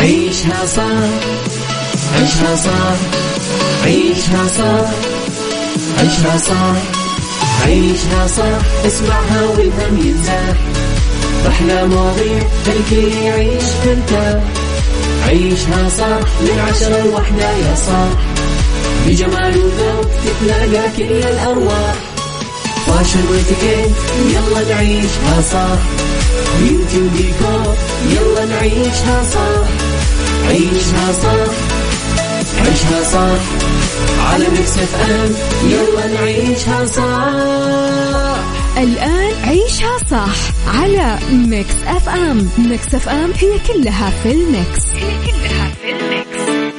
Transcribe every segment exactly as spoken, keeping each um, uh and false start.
عيشها صح عيشها صح عيشها صح عيشها صح عيشها صح اسمعها والهم ينزاح أحلى مواضيع الكل يعيش ترتاح عيشها صح من عشرة لوحدة يا صاح بجمال وذوق تتلاقى كل الأرواح فاشل واتيكيت يلا نعيشها صح بيوتي وديكور يلا نعيشها صح عيشها صح عيشها صح على ميكس اف ام يلا نعيشها صح. الآن عيشها صح على ميكس اف ام. ميكس اف ام هي كلها في الميكس هي كلها في الميكس.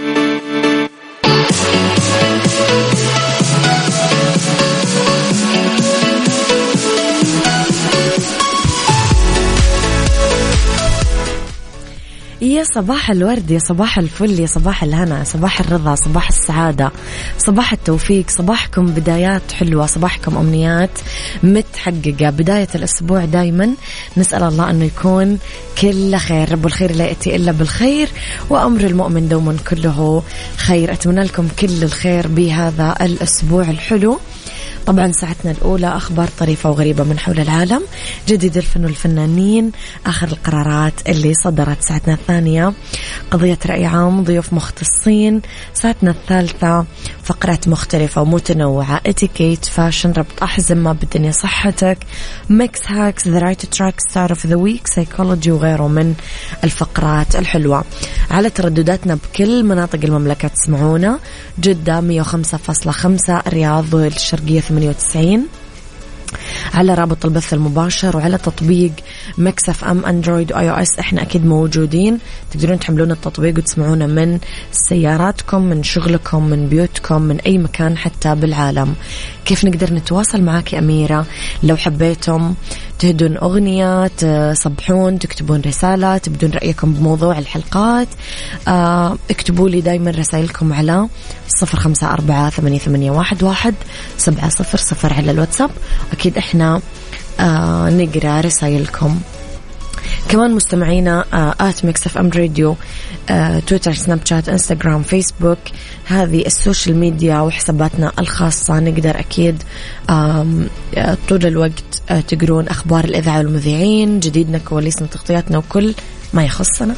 يا صباح الورد، يا صباح الفل، يا صباح الهنا، صباح الرضا، صباح السعادة، صباح التوفيق، صباحكم بدايات حلوة، صباحكم أمنيات متحققة. بداية الأسبوع دايما نسأل الله أنه يكون كل خير، رب الخير لا يأتي إلا بالخير وأمر المؤمن دوما كله خير. أتمنى لكم كل الخير بهذا الأسبوع الحلو. طبعا ساعتنا الأولى أخبار طريفة وغريبة من حول العالم، جديد الفن والفنانين، آخر القرارات اللي صدرت. ساعتنا الثانية قضية رأي عام، ضيوف مختصين. ساعتنا الثالثة فقرات مختلفة ومتنوعة، اتيكيت، فاشن، ربط أحزمة، بالدنيا صحتك، ميكس هاكس، ذا رايت تراك، ستار اوف ذا ويك، سايكولوجي وغيره من الفقرات الحلوة. على تردداتنا بكل مناطق المملكة تسمعونا: جدة مية وخمسة فاصلة خمسة، الرياض والشرقية ثمانية وتسعين، على رابط البث المباشر وعلى تطبيق ميكس اف ام اندرويد واي او اس. احنا اكيد موجودين، تقدرون تحملون التطبيق وتسمعونا من سياراتكم، من شغلكم، من بيوتكم، من اي مكان حتى بالعالم. كيف نقدر نتواصل معك يا أميرة؟ لو حبيتم تهدون أغنية، تصبحون، تكتبون رسالة، تبدون رأيكم بموضوع الحلقات، اه اكتبوا لي دايما رسائلكم على صفر خمسة أربعة ثمانية ثمانية واحد واحد سبعة صفر صفر على الواتساب. أكيد إحنا آه نقرأ رسائلكم. كمان مستمعينا آت ميكس اف ام راديو، آه، تويتر، سناب شات، انستغرام، فيسبوك، هذه السوشيال ميديا وحساباتنا الخاصة. نقدر أكيد آه، طول الوقت آه، تقرون أخبار الإذاعة والمذيعين، جديدنا، كواليسنا، تغطياتنا وكل ما يخصنا.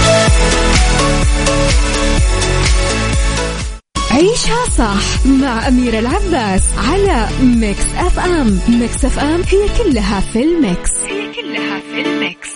عيشها صح مع أميرة العباس على ميكس اف ام. ميكس اف ام هي كلها في الميكس هي كلها في الميكس.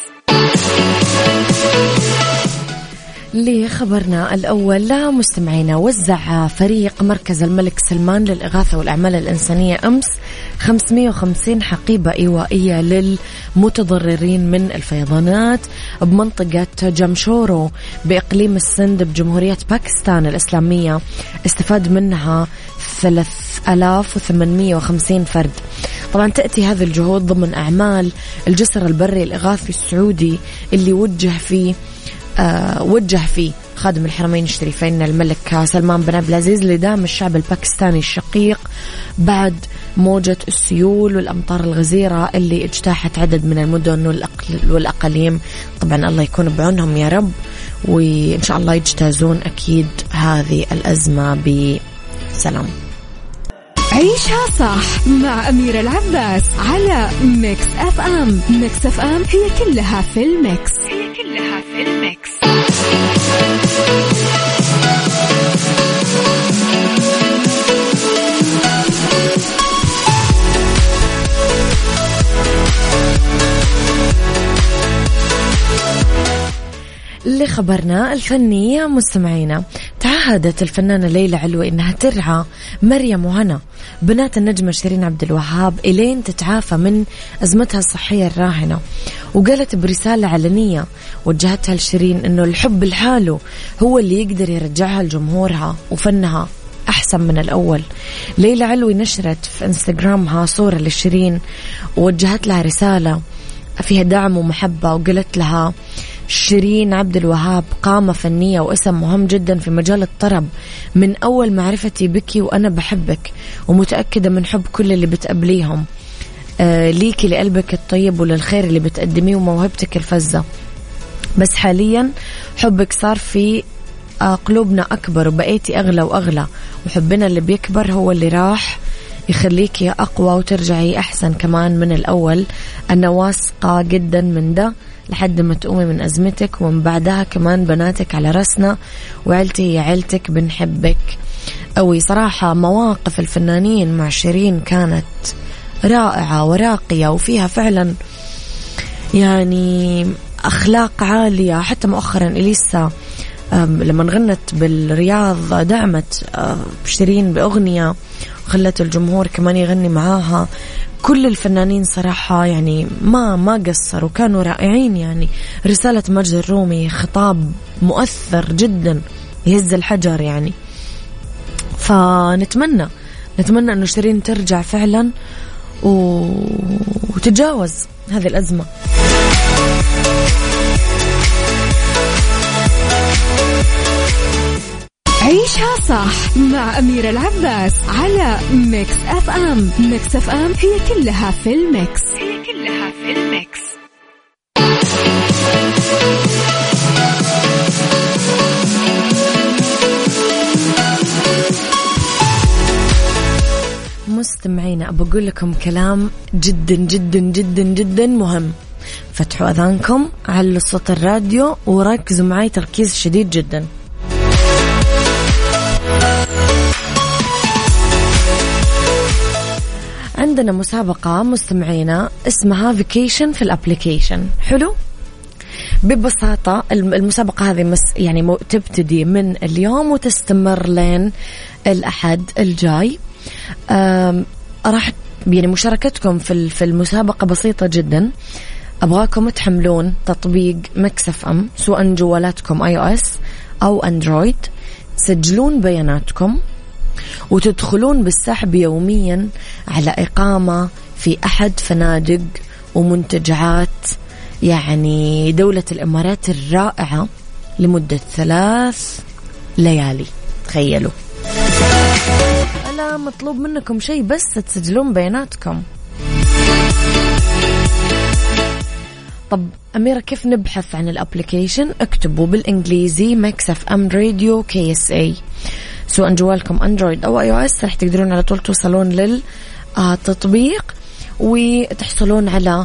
لخبرنا الأول، لا مستمعينا، وزع فريق مركز الملك سلمان للإغاثة والأعمال الإنسانية أمس خمسمائة وخمسين حقيبة إيوائية للمتضررين من الفيضانات بمنطقة جمشورو بإقليم السند بجمهورية باكستان الإسلامية. استفاد منها ثلاثة آلاف وثمانمائة وخمسين فرد. طبعا تأتي هذه الجهود ضمن أعمال الجسر البري الإغاثي السعودي اللي وجه فيه أه وجه فيه خادم الحرمين الشريفين الملك سلمان بن عبد العزيز لدعم الشعب الباكستاني الشقيق بعد موجة السيول والأمطار الغزيرة اللي اجتاحت عدد من المدن والأقاليم. طبعا الله يكون بعونهم يا رب، وإن شاء الله يجتازون أكيد هذه الأزمة بسلام. عيشها صح مع أميرة العباس على ميكس اف ام. ميكس اف ام هي كلها في الميكس هي كلها في الميكس. لخبرنا الفني مستمعينا، تعهدت الفنانة ليلى علوي إنها ترعى مريم وهنا بنات النجمة شيرين عبد الوهاب إلين تتعافى من أزمتها الصحية الراهنة. وقالت برسالة علنية وجهتها لشيرين إنه الحب لحاله هو اللي يقدر يرجعها لجمهورها وفنها أحسن من الأول. ليلى علوي نشرت في إنستغرامها صورة لشيرين ووجهت لها رسالة فيها دعم ومحبة، وقالت لها: شيرين عبد الوهاب قامة فنية واسم مهم جدا في مجال الطرب، من أول معرفتي بك وأنا بحبك ومتأكدة من حب كل اللي بتقابليهم آه ليكي، لقلبك الطيب وللخير اللي بتقدميه وموهبتك الفزة. بس حاليا حبك صار في قلوبنا أكبر وبقيتي أغلى وأغلى، وحبنا اللي بيكبر هو اللي راح يخليكي أقوى وترجعي أحسن كمان من الأول. أنا واثقة جدا من ده لحد ما تقومي من أزمتك، ومن بعدها كمان بناتك على رأسنا وعيلتي هي عيلتك، بنحبك أوي. صراحة مواقف الفنانين مع شيرين كانت رائعة وراقية وفيها فعلا يعني أخلاق عالية. حتى مؤخرا إليسا لما غنت بالرياض دعمت شيرين بأغنية وخلت الجمهور كمان يغني معاها. كل الفنانين صراحة يعني ما ما قصروا، كانوا رائعين. يعني رسالة مجد الرومي خطاب مؤثر جدا يهز الحجر يعني. فنتمنى نتمنى أنه شيرين ترجع فعلا وتتجاوز هذه الأزمة. عيشها صح مع أميرة العباس على ميكس أف أم. ميكس أف أم هي كلها في الميكس، هي كلها في الميكس. مستمعين أبى أقول لكم كلام جدا جدا جدا جدا مهم. فتحوا أذانكم، علوا صوت الراديو وركزوا معي تركيز شديد جدا. عندنا مسابقة مستمعينا اسمها فيكيشن في الابليكيشن. حلو؟ ببساطة المسابقة هذه مس يعني تبتدي من اليوم وتستمر لين الأحد الجاي. راح يعني مشاركتكم في في المسابقة بسيطة جدا. أبغاكم تحملون تطبيق ميكس أف أم سواء جوالاتكم آي أو إس أو أندرويد، تسجلون بياناتكم وتدخلون بالسحب يوميا على إقامة في أحد فنادق ومنتجعات يعني دولة الإمارات الرائعة لمدة ثلاث ليالي. تخيلوا، ألا مطلوب منكم شيء بس تسجلون بياناتكم. طب أميرة كيف نبحث عن الابليكيشن؟ اكتبوا بالإنجليزي ميكس أف أم راديو كي اس اي سواء جوالكم أندرويد أو آي أو إس، رح تقدرون على طول توصلون للتطبيق وتحصلون على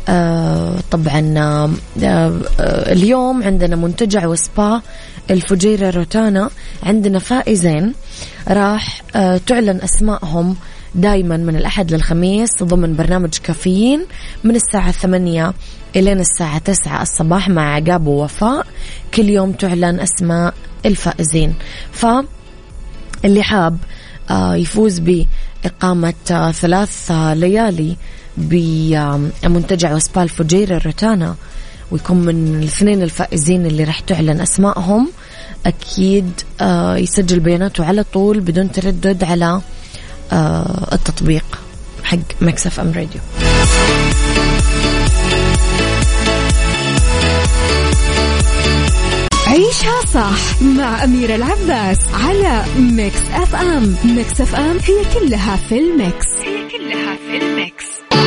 طبعا اليوم عندنا منتجع وسبا الفجيرة روتانا، عندنا فائزين راح تعلن أسمائهم دايما من الأحد للخميس ضمن برنامج كافيين من الساعة ثمانية إلى الساعة تسعة الصباح مع عقاب ووفاء. كل يوم تعلن أسماء الفائزين. فاللي حاب يفوز بإقامة ثلاث ليالي بمنتجع وسبا الفجيرة روتانا ويكون من الاثنين الفائزين اللي راح تعلن أسمائهم، أكيد يسجل بياناته على طول بدون تردد على التطبيق حق ميكس أف أم راديو. عيشها صح مع أميرة العباس على ميكس أف أم. ميكس أف أم هي كلها في الميكس، هي كلها في الميكس.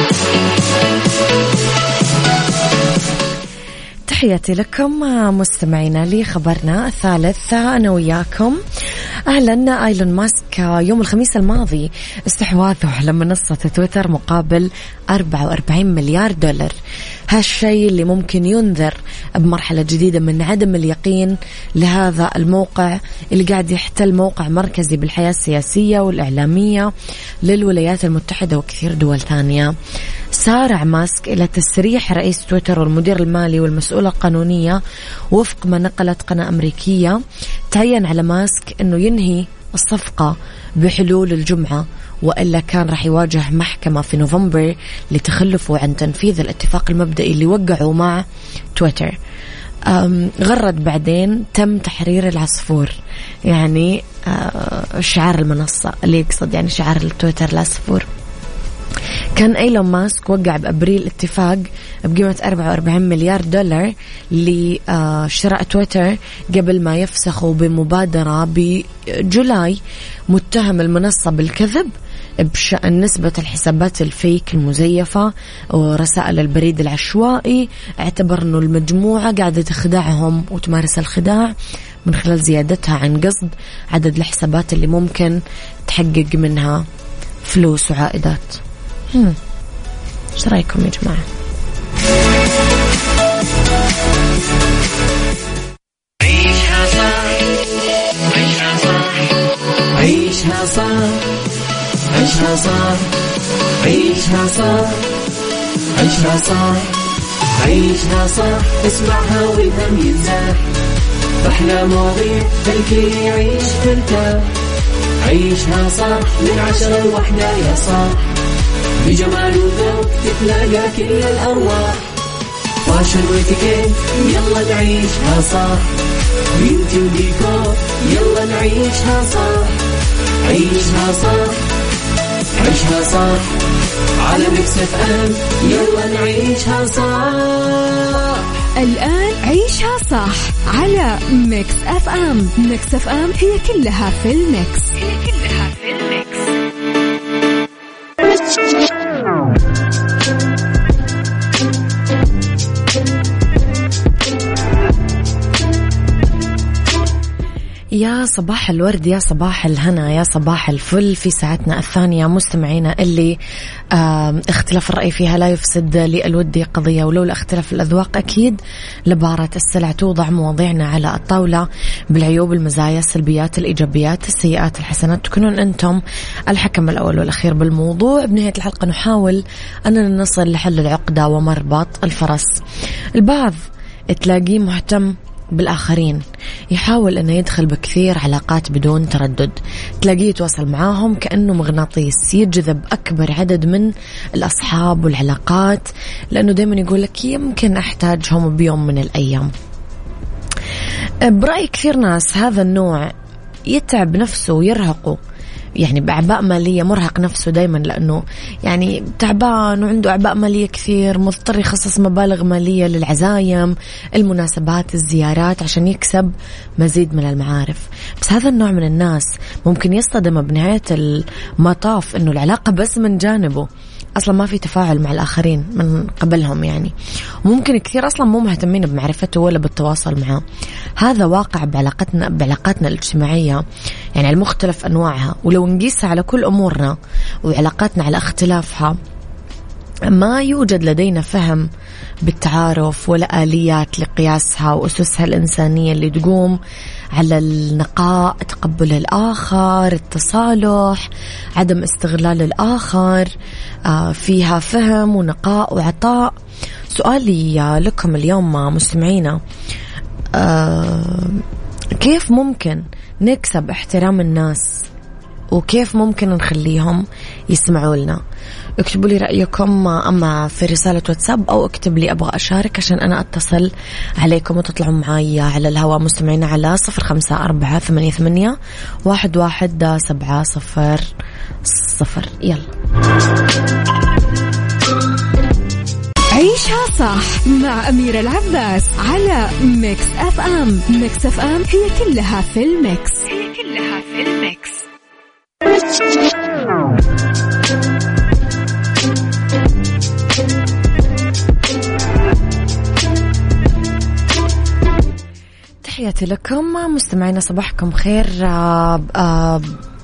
تحياتي لكم مستمعينا لي خبرنا الثالث أنا وياكم. أعلن إيلون ماسك يوم الخميس الماضي استحواذه على منصة تويتر مقابل أربعة وأربعين مليار دولار. هالشيء اللي ممكن ينذر بمرحلة جديدة من عدم اليقين لهذا الموقع اللي قاعد يحتل موقع مركزي بالحياة السياسية والإعلامية للولايات المتحدة وكثير دول ثانية. سارع ماسك إلى تسريح رئيس تويتر والمدير المالي والمسؤولة القانونية وفق ما نقلت قناة أمريكية. تعين على ماسك أنه ينهي الصفقة بحلول الجمعة، وإلا كان رح يواجه محكمة في نوفمبر لتخلفه عن تنفيذ الاتفاق المبدئي اللي وقعوا مع تويتر. غرد بعدين تم تحرير العصفور، يعني شعار المنصة اللي يقصد يعني شعار التويتر العصفور. كان إيلون ماسك وقع بأبريل اتفاق بقيمة أربعة وأربعين مليار دولار لشراء تويتر قبل ما يفسخوا بمبادرة بجولاي، متهم المنصة بالكذب بشأن نسبة الحسابات الفيك المزيفة ورسائل البريد العشوائي. اعتبر أنه المجموعة قاعدة تخدعهم وتمارس الخداع من خلال زيادتها عن قصد عدد الحسابات اللي ممكن تحقق منها فلوس وعائدات. هم. ايش رأيكم يا جماعة؟ عيشها صح عيشها صح عيشها صح عيشها صح عيشها صح عيشها صح عيشها صح اسمعها والهم ينزاح أحلى مواضيع الكل يعيش ترتاح. عيشها صح من عشرة لوحدة يا صاح بجمال وذوق تتلاقى كل الأرواح. فاشل واتيكيت يلا نعيشها صح بيوتي وديكور يلا نعيشها صح. عيشها صح عيشها صح على ميكس اف ام يلا نعيشها صح. الآن عيشها صح على ميكس اف ام. ميكس اف ام هي كلها في الميكس هي كلها في الميكس. يا صباح الورد، يا صباح الهنا، يا صباح الفل في ساعتنا الثانية مستمعينا اللي اختلاف الرأي فيها لا يفسد للود قضية، ولولا اختلاف الأذواق أكيد لبارة السلع. توضع مواضيعنا على الطاولة بالعيوب، المزايا، السلبيات، الإيجابيات، السيئات، الحسنات، تكونون أنتم الحكم الأول والأخير بالموضوع. بنهاية الحلقة نحاول أننا نصل لحل العقدة ومربط الفرس. البعض تلاقيه مهتم بالآخرين، يحاول أنه يدخل بكثير علاقات بدون تردد، تلاقيه يتواصل معاهم كأنه مغناطيس، يجذب أكبر عدد من الأصحاب والعلاقات لأنه دايما يقول لك يمكن أحتاجهم بيوم من الأيام. برأي كثير ناس هذا النوع يتعب نفسه ويرهقه، يعني بأعباء مالية، مرهق نفسه دايما لأنه يعني تعبان وعنده أعباء مالية كثير، مضطر يخصص مبالغ مالية للعزايم، المناسبات، الزيارات عشان يكسب مزيد من المعارف. بس هذا النوع من الناس ممكن يصطدم بنهاية المطاف إنه العلاقة بس من جانبه، أصلا ما في تفاعل مع الآخرين من قبلهم يعني، وممكن كثير أصلا مو مهتمين بمعرفته ولا بالتواصل معه. هذا واقع بعلاقتنا بعلاقاتنا الاجتماعية يعني على مختلف أنواعها، ولو نقيسها على كل أمورنا وعلاقاتنا على اختلافها ما يوجد لدينا فهم بالتعارف ولا آليات لقياسها وأسسها الإنسانية اللي تقوم على النقاء، تقبل الآخر، التصالح، عدم استغلال الآخر، فيها فهم ونقاء وعطاء. سؤالي لكم اليوم مستمعينا، كيف ممكن نكسب احترام الناس وكيف ممكن نخليهم يسمعوا لنا؟ اكتبوا لي رأيكم أما في رسالة واتساب أو اكتب لي أبغى أشارك عشان أنا أتصل عليكم وتطلعوا معي على الهواء. مستمعين على صفر خمسة أربعة ثمانية ثمانية واحد واحد سبعة صفر صفر. يلا عيشها صح مع أميرة العباس على ميكس اف ام. ميكس اف ام هي كلها في الميكس هي كلها في الميكس. تحياتي لكم مستمعينا، صباحكم خير. آه آه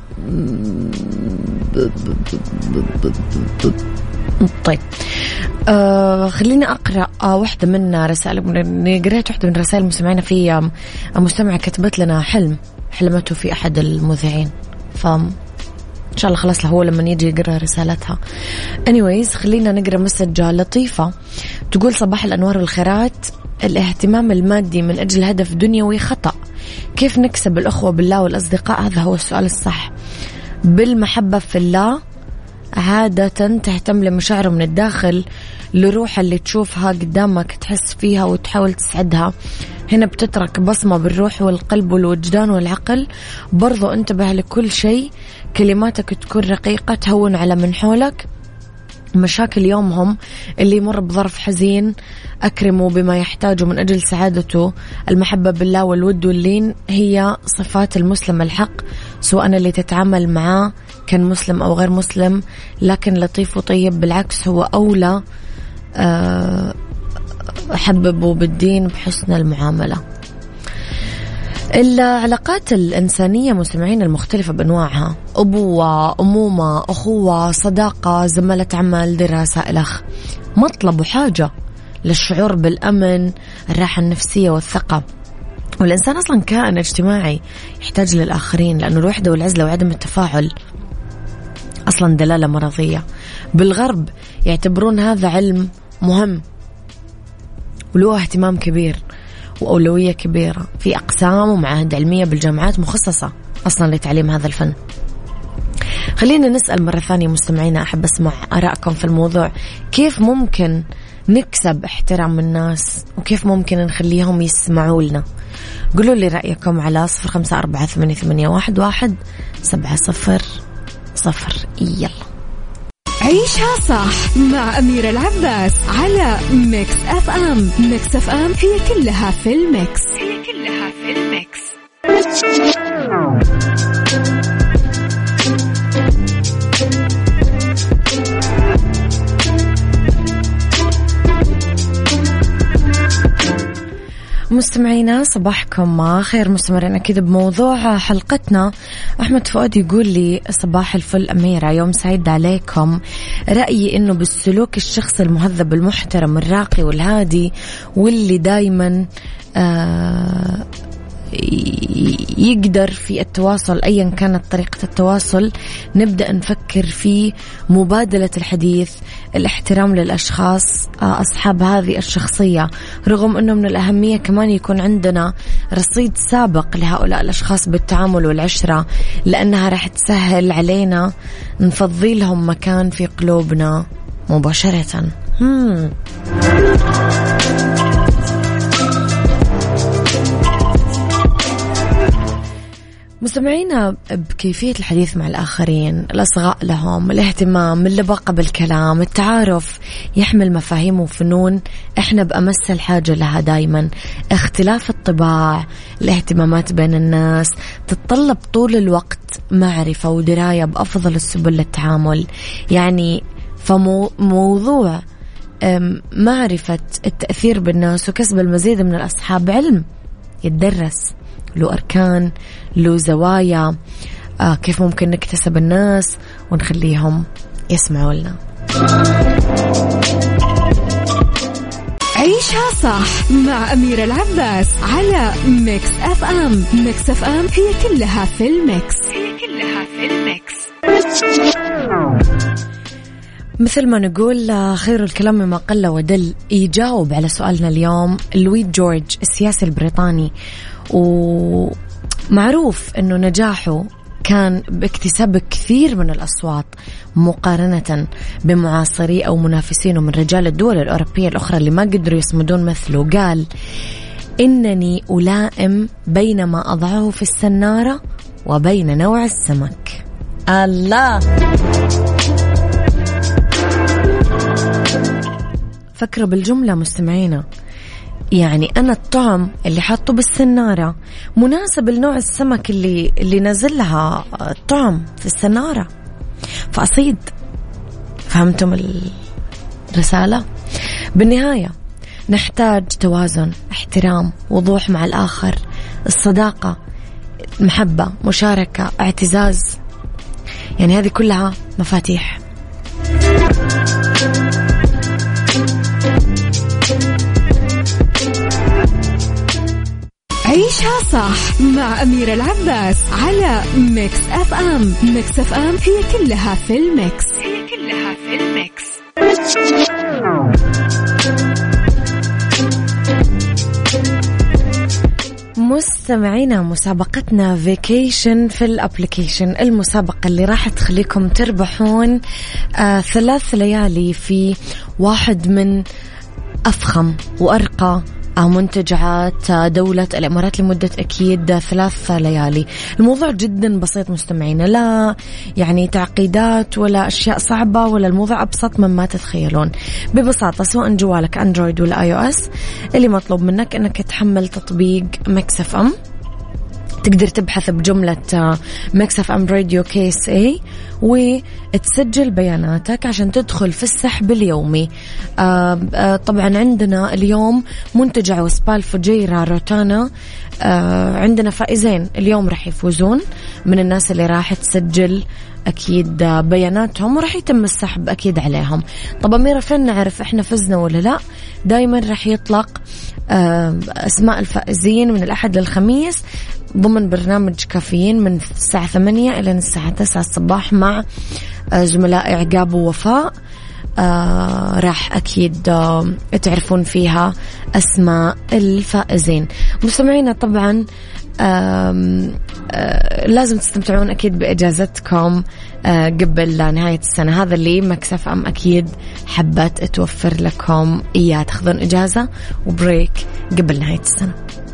طيب آه خليني أقرأ آه واحدة من رسائل، قرأت واحدة من رسائل مستمعينا. في آه مستمعة كتبت لنا حلم حلمته في أحد المذيعين، فإن شاء الله خلاص هو لما يجي يقرأ رسالتها. anyways خلينا نقرأ مسج لطيفة تقول: صباح الأنوار والخيرات، الاهتمام المادي من أجل هدف دنيوي خطأ. كيف نكسب الأخوة بالله والأصدقاء؟ هذا هو السؤال الصح. بالمحبة في الله عادة تهتم لمشاعره من الداخل، لروح اللي تشوفها قدامك تحس فيها وتحاول تسعدها. هنا بتترك بصمة بالروح والقلب والوجدان والعقل. برضو انتبه لكل شيء، كلماتك تكون رقيقة تهون على من حولك مشاكل يومهم. اللي يمر بظرف حزين أكرمه بما يحتاجه من أجل سعادته. المحبة بالله والود واللين هي صفات المسلم الحق، سواء اللي تتعامل معاه كان مسلم أو غير مسلم، لكن لطيف وطيب، بالعكس هو أولى حببوا بالدين بحسن المعاملة. العلاقات الإنسانية مستمعين المختلفة بأنواعها، أبوة، أمومة، أخوة، صداقة، زمالة عمل، دراسة، الأخ، مطلب وحاجة للشعور بالأمن، الراحة النفسية والثقة. والإنسان أصلا كائن اجتماعي يحتاج للآخرين، لأنه الوحدة والعزلة وعدم التفاعل أصلا دلالة مرضية. بالغرب يعتبرون هذا علم مهم وله اهتمام كبير وأولوية كبيرة، في أقسام ومعاهد علمية بالجامعات مخصصة أصلا لتعليم هذا الفن. خلينا نسأل مرة ثانية مستمعينا، أحب أسمع آراءكم في الموضوع. كيف ممكن نكسب احترام الناس وكيف ممكن نخليهم يسمعوا لنا؟ قولوا لي رأيكم على صفر خمسة أربعة ثمانية ثمانية واحد واحد سبعة صفر صفر. يلا عيشها صح مع أميرة العباس على ميكس أف أم. ميكس أف أم هي كلها في الميكس، هي كلها في الميكس. مستمعينا صباحكم خير، مستمرين أكيد بموضوع حلقتنا. أحمد فؤاد يقول لي صباح الفل أميرة، يوم سعيد عليكم. رأيي إنه بالسلوك الشخص المهذب المحترم الراقي والهادي واللي دايما آه يقدر في التواصل أيا كانت طريقة التواصل، نبدأ نفكر في مبادلة الحديث، الاحترام للأشخاص أصحاب هذه الشخصية، رغم أنه من الأهمية كمان يكون عندنا رصيد سابق لهؤلاء الأشخاص بالتعامل والعشرة، لأنها رح تسهل علينا نفضي لهم مكان في قلوبنا مباشرة. هم. مستمعينا بكيفية الحديث مع الآخرين، الإصغاء لهم، الاهتمام، اللباقة بالكلام، التعارف يحمل مفاهيم وفنون إحنا بأمس الحاجة لها دايما. اختلاف الطباع، الاهتمامات بين الناس تتطلب طول الوقت معرفة ودراية بأفضل السبل للتعامل. يعني فموضوع معرفة التأثير بالناس وكسب المزيد من الأصحاب علم يتدرس، له أركان، له زوايا. آه كيف ممكن نكتسب الناس ونخليهم يسمعوا لنا. عيشها صح مع أميرة العباس على ميكس أف أم. ميكس أف أم هي كلها في الميكس، هي كلها في الميكس. مثل ما نقول خير الكلام ما قل ودل. يجاوب على سؤالنا اليوم لويد جورج السياسي البريطاني، ومعروف أنه نجاحه كان باكتساب كثير من الأصوات مقارنة بمعاصريه أو منافسينه من رجال الدول الأوروبية الأخرى اللي ما قدروا يصمدون مثله. قال إنني ألائم بين ما أضعه في السنارة وبين نوع السمك. الله، فكروا بالجملة مستمعينا. يعني أنا الطعم اللي حاطه بالسنارة مناسب لنوع السمك اللي اللي نزلها الطعم في السنارة، فأصيد. فهمتم الرسالة؟ بالنهاية نحتاج توازن، احترام، وضوح مع الآخر، الصداقة، محبة، مشاركة، اعتزاز. يعني هذه كلها مفاتيح. عيشها صح مع أميرة العباس على ميكس أف أم. ميكس أف أم هي كلها في الميكس، هي كلها في الميكس. مستمعينا مسابقتنا فيكيشن في الابليكيشن، المسابقة اللي راح تخليكم تربحون آه ثلاث ليالي في واحد من أفخم وأرقى منتجعات دولة الإمارات لمدة أكيد ثلاث ليالي. الموضوع جدا بسيط مستمعين، لا يعني تعقيدات ولا أشياء صعبة، ولا الموضوع أبسط مما تتخيلون. ببساطة سواء جوالك أندرويد ولا آي أو إس، اللي مطلوب منك أنك تحمل تطبيق ميكس أف أم، تقدر تبحث بجملة ميكس اف ام راديو كيس اي وتسجل بياناتك عشان تدخل في السحب اليومي. آه آه طبعا عندنا اليوم منتجع وسبال فجيرة روتانا، آه عندنا فائزين اليوم راح يفوزون من الناس اللي راح تسجل أكيد بياناتهم وراح يتم السحب أكيد عليهم. طب أميرة فين نعرف إحنا فزنا ولا لا؟ دايما راح يطلق أسماء الفائزين من الأحد للخميس ضمن برنامج كافيين من الساعة ثمانية إلى الساعة تسعة الصباح مع زملاء عقاب ووفاء. آه راح أكيد آه تعرفون فيها أسماء الفائزين. مستمعينا طبعا آه آه لازم تستمتعون أكيد بإجازتكم آه قبل نهاية السنة. هذا اللي ميكس اف ام أكيد حبت توفر لكم إياه، تاخذون إجازة وبريك قبل نهاية السنة.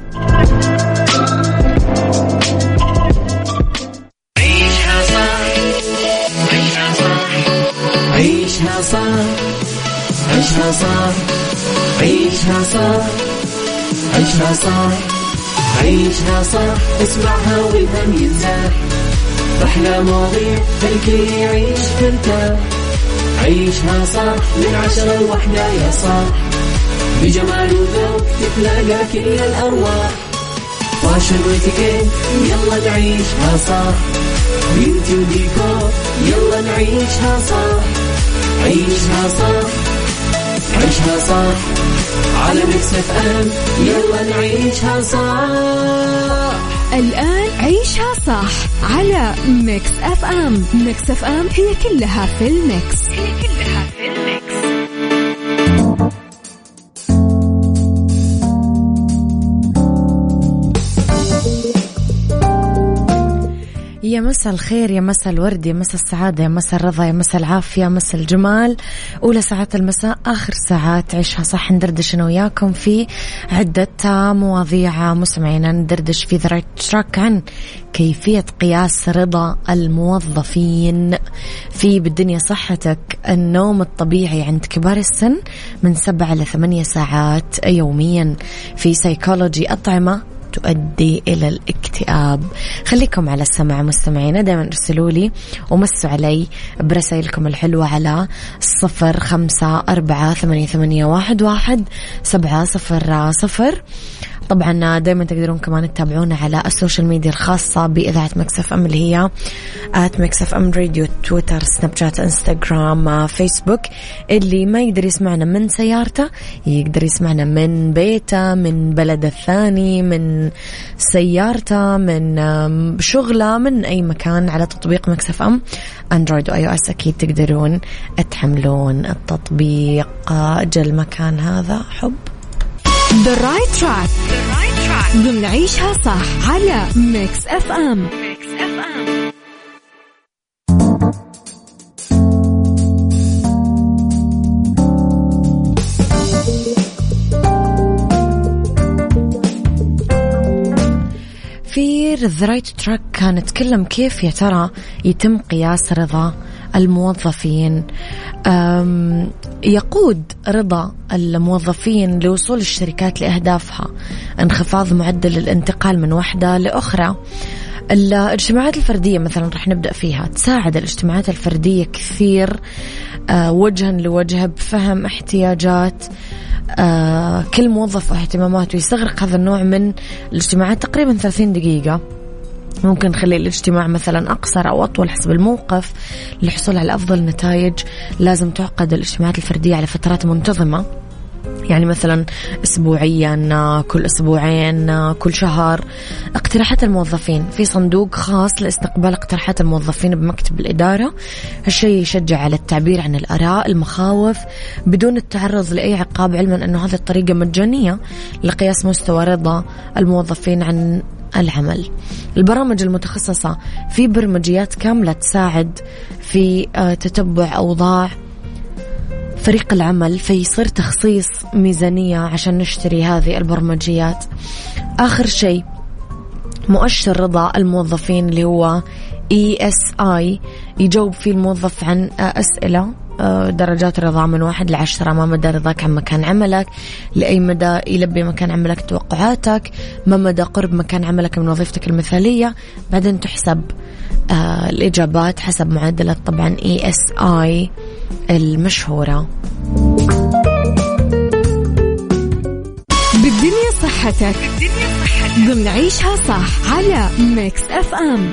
عيشها صح عيشها صح عيشها صح عيشها صح عيشها صح عيشها صح اسمعها والهم ينزاح، أحلى مواضيع الكل يعيش ترتاح. عيشها صح من عشرة لوحدة يا صاح، بجمال وذوق تتلاقى كل الأرواح. فاشل واتيكيت يلا نعيشها صح، بيوتي وديكور يلا نعيشها صح. عيشها صح عيشها صح على ميكس اف ام يلا نعيشها صح. الآن عيشها صح على ميكس اف ام. ميكس اف ام هي كلها في الميكس، هي كلها في الميكس. يا مساء الخير، يا مساء الورد، يا مساء السعادة، يا مساء الرضا، يا مساء العافية، يا مساء الجمال. أولى ساعات المساء آخر ساعات عيشها صح، ندردش أنا وياكم في عدة مواضيع. مستمعينا ندردش في ذا رايت تراك عن كيفية قياس رضا الموظفين في بالدنيا صحتك. النوم الطبيعي عند كبار السن من سبعة إلى ثمانية ساعات يوميا. في سيكولوجي أطعمة تؤدي إلى الاكتئاب. خليكم على السمع مستمعين، دائما ارسلوا لي ومسوا علي برسائلكم الحلوة على صفر خمسة أربعة ثمانية ثمانية واحد واحد سبعة صفر صفر. طبعا دائما تقدرون كمان تتابعونا على السوشيال ميديا الخاصة بإذاعة ميكس اف ام اللي هي آت ميكس اف ام راديو، تويتر، سناب شات، انستغرام، فيسبوك. اللي ما يقدر يسمعنا من سيارته يقدر يسمعنا من بيته، من بلد الثاني، من سيارته، من شغله، من أي مكان على تطبيق ميكس اف ام اندرويد واي او اس. أكيد تقدرون تحملون التطبيق. أجل مكان هذا حب The right track. The right track. ضمن عيشها صح على ميكس اف ام. ميكس اف ام. في The right track نتكلم كيف يا ترى يتم قياس رضا الموظفين. يقود رضا الموظفين لوصول الشركات لأهدافها انخفاض معدل الانتقال من وحدة لأخرى. الاجتماعات الفردية مثلا رح نبدأ فيها، تساعد الاجتماعات الفردية كثير وجها لوجه بفهم احتياجات كل موظف واهتماماته. يستغرق هذا النوع من الاجتماعات تقريبا ثلاثين دقيقة. ممكن نخلي الاجتماع مثلا أقصر أو أطول حسب الموقف. للحصول على أفضل نتائج لازم تعقد الاجتماعات الفردية على فترات منتظمة، يعني مثلا أسبوعيا، كل أسبوعين، كل شهر. اقتراحات الموظفين في صندوق خاص لاستقبال اقتراحات الموظفين بمكتب الإدارة. هالشيء يشجع على التعبير عن الآراء، المخاوف بدون التعرض لأي عقاب، علما أنه هذه الطريقة مجانية لقياس مستوى رضا الموظفين عن العمل. البرامج المتخصصة في برمجيات كاملة تساعد في تتبع أوضاع فريق العمل، فيصير تخصيص ميزانية عشان نشتري هذه البرمجيات. آخر شيء مؤشر رضا الموظفين اللي هو إي إس آي، يجاوب فيه الموظف عن أسئلة درجات الرضا من واحد لعشرة، ما مدى رضاك عن مكان عملك، لأي مدى يلبي مكان عملك توقعاتك، ما مدى قرب مكان عملك من وظيفتك المثالية. بعدين تحسب آه الإجابات حسب معدلات طبعا إي إس آي المشهورة. بالدنيا صحتك ضمن عيشها صح على ميكس أف أم.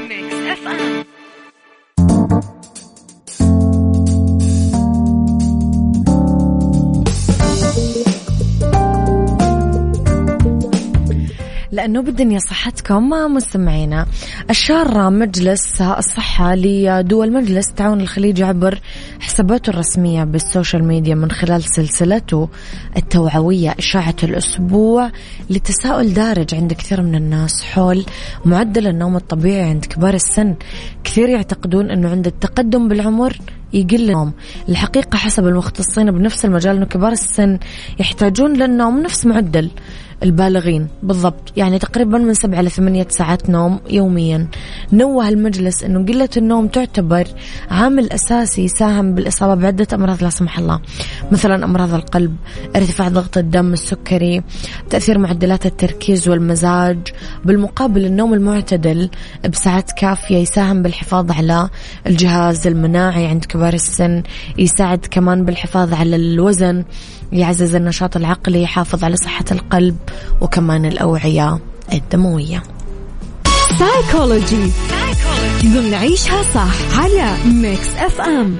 لأنه بالدنيا صحتكم مستمعينا. أشار مجلس الصحة لدول مجلس التعاون الخليجي عبر حساباته الرسمية بالسوشيال ميديا من خلال سلسلته التوعوية إشاعة الأسبوع لتساؤل دارج عند كثير من الناس حول معدل النوم الطبيعي عند كبار السن. كثير يعتقدون أنه عند التقدم بالعمر يقل النوم. الحقيقة حسب المختصين بنفس المجال أنه كبار السن يحتاجون للنوم نفس معدل البالغين بالضبط، يعني تقريبا من سبعة إلى ثمانية ساعات نوم يوميا. نوه المجلس أنه قلة النوم تعتبر عامل أساسي يساهم بالإصابة بعدة أمراض لا سمح الله، مثلا أمراض القلب، ارتفاع ضغط الدم، السكري، تأثير معدلات التركيز والمزاج. بالمقابل النوم المعتدل بساعات كافية يساهم بالحفاظ على الجهاز المناعي عند كبار السن، يساعد كمان بالحفاظ على الوزن، يعزز النشاط العقلي، يحافظ على صحة القلب وكمان الأوعية الدموية. سايكولوجي ضمن عيشها صح على ميكس أف أم.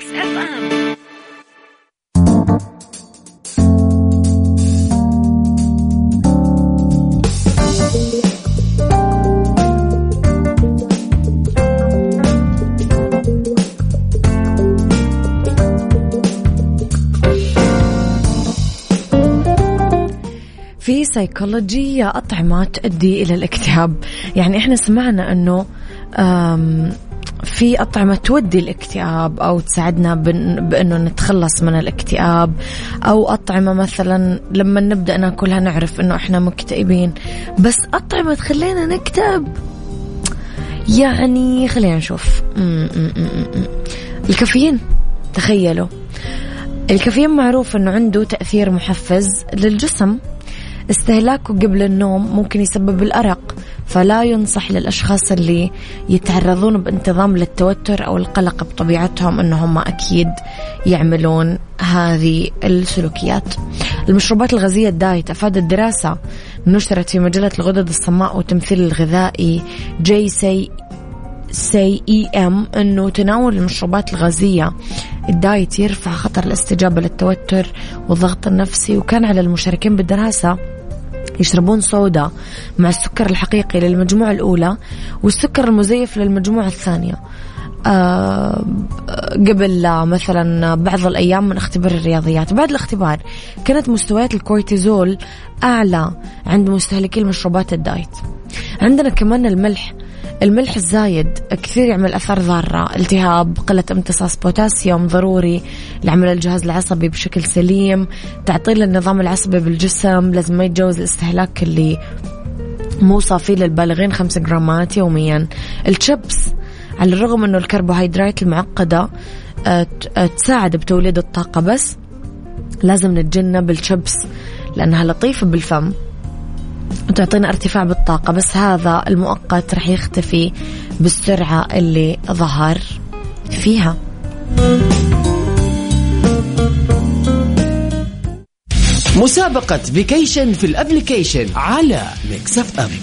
في سيكولوجية أطعمة تؤدي إلى الاكتئاب. يعني إحنا سمعنا أنه في أطعمة تودي الاكتئاب أو تساعدنا بأنه نتخلص من الاكتئاب، أو أطعمة مثلا لما نبدأ ناكلها نعرف أنه إحنا مكتئبين. بس أطعمة تخلينا نكتئب، يعني خلينا نشوف. م -م -م -م. الكافيين، تخيلوا الكافيين معروف أنه عنده تأثير محفز للجسم. استهلاكه قبل النوم ممكن يسبب الأرق، فلا ينصح للأشخاص اللي يتعرضون بانتظام للتوتر أو القلق بطبيعتهم أنهم أكيد يعملون هذه السلوكيات. المشروبات الغازية الدايت، أفادت دراسة نشرت في مجلة الغدد الصماء والتمثيل الغذائي جي سي سي إي إم أنه تناول المشروبات الغازية الدايت يرفع خطر الاستجابة للتوتر والضغط النفسي. وكان على المشاركين بالدراسة يشربون صودا مع السكر الحقيقي للمجموعة الأولى والسكر المزيف للمجموعة الثانية أه قبل مثلا بعض الأيام من اختبار الرياضيات. بعد الاختبار كانت مستويات الكورتيزول أعلى عند مستهلكي المشروبات الدايت. عندنا كمان الملح، الملح الزايد كثير يعمل أثار ضارة، التهاب، قلة امتصاص بوتاسيوم ضروري لعمل الجهاز العصبي بشكل سليم، تعطيل النظام العصبي بالجسم. لازم ما يتجاوز الاستهلاك اللي مو صافي للبالغين خمسة جرامات يوميا. الشيبس على الرغم أنه الكربوهيدرات المعقدة تساعد بتوليد الطاقة، بس لازم نتجنب الشيبس لأنها لطيفة بالفم وتعطينا ارتفاع بالطاقة، بس هذا المؤقت رح يختفي بالسرعة اللي ظهر فيها. مسابقة فيكيشن في الابليكيشن على ميكس أف أم.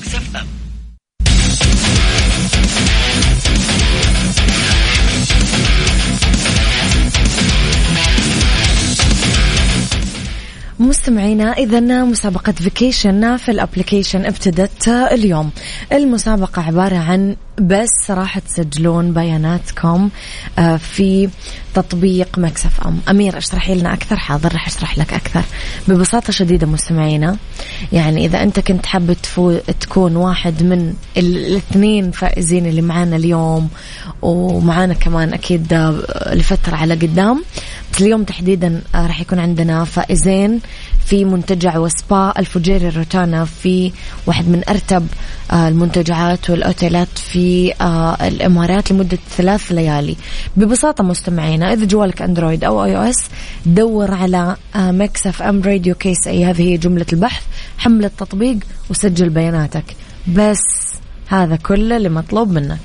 مستمعينا، إذن مسابقة فيكيشن في الابليكيشن ابتدت اليوم. المسابقة عبارة عن بس راح تسجلون بياناتكم في تطبيق ميكس أف أم. أمير اشرحي لنا أكثر. حاضر، راح أشرح لك أكثر ببساطة شديدة. مستمعينا، يعني إذا أنت كنت حابة تكون واحد من الاثنين فائزين اللي معانا اليوم ومعانا كمان أكيد لفترة على قدام، بس اليوم تحديدا راح يكون عندنا فائزين في منتجع وسبا الفجيري الروتانا، في واحد من أرتب المنتجعات والأوتيلات في الإمارات لمدة ثلاث ليالي. ببساطة مستمعينا، إذا جوالك أندرويد أو آي أو إس دور على ميكس اف ام راديو كيس أي، هذه هي جملة البحث، حمل التطبيق وسجل بياناتك، بس هذا كله اللي مطلوب منك.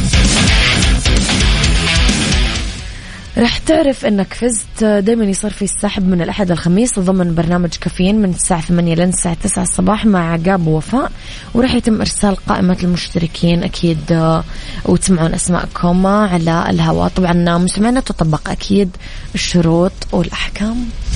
رح تعرف أنك فزت. دايما يصير في السحب من الأحد الخميس ضمن برنامج كافيين من الساعة ثمانية لين الساعة تسعة الصباح مع عقاب ووفاء، ورح يتم إرسال قائمة المشتركين أكيد وتسمعون أسماءكم على الهواء. طبعا مستمعينا تطبق أكيد الشروط والأحكام.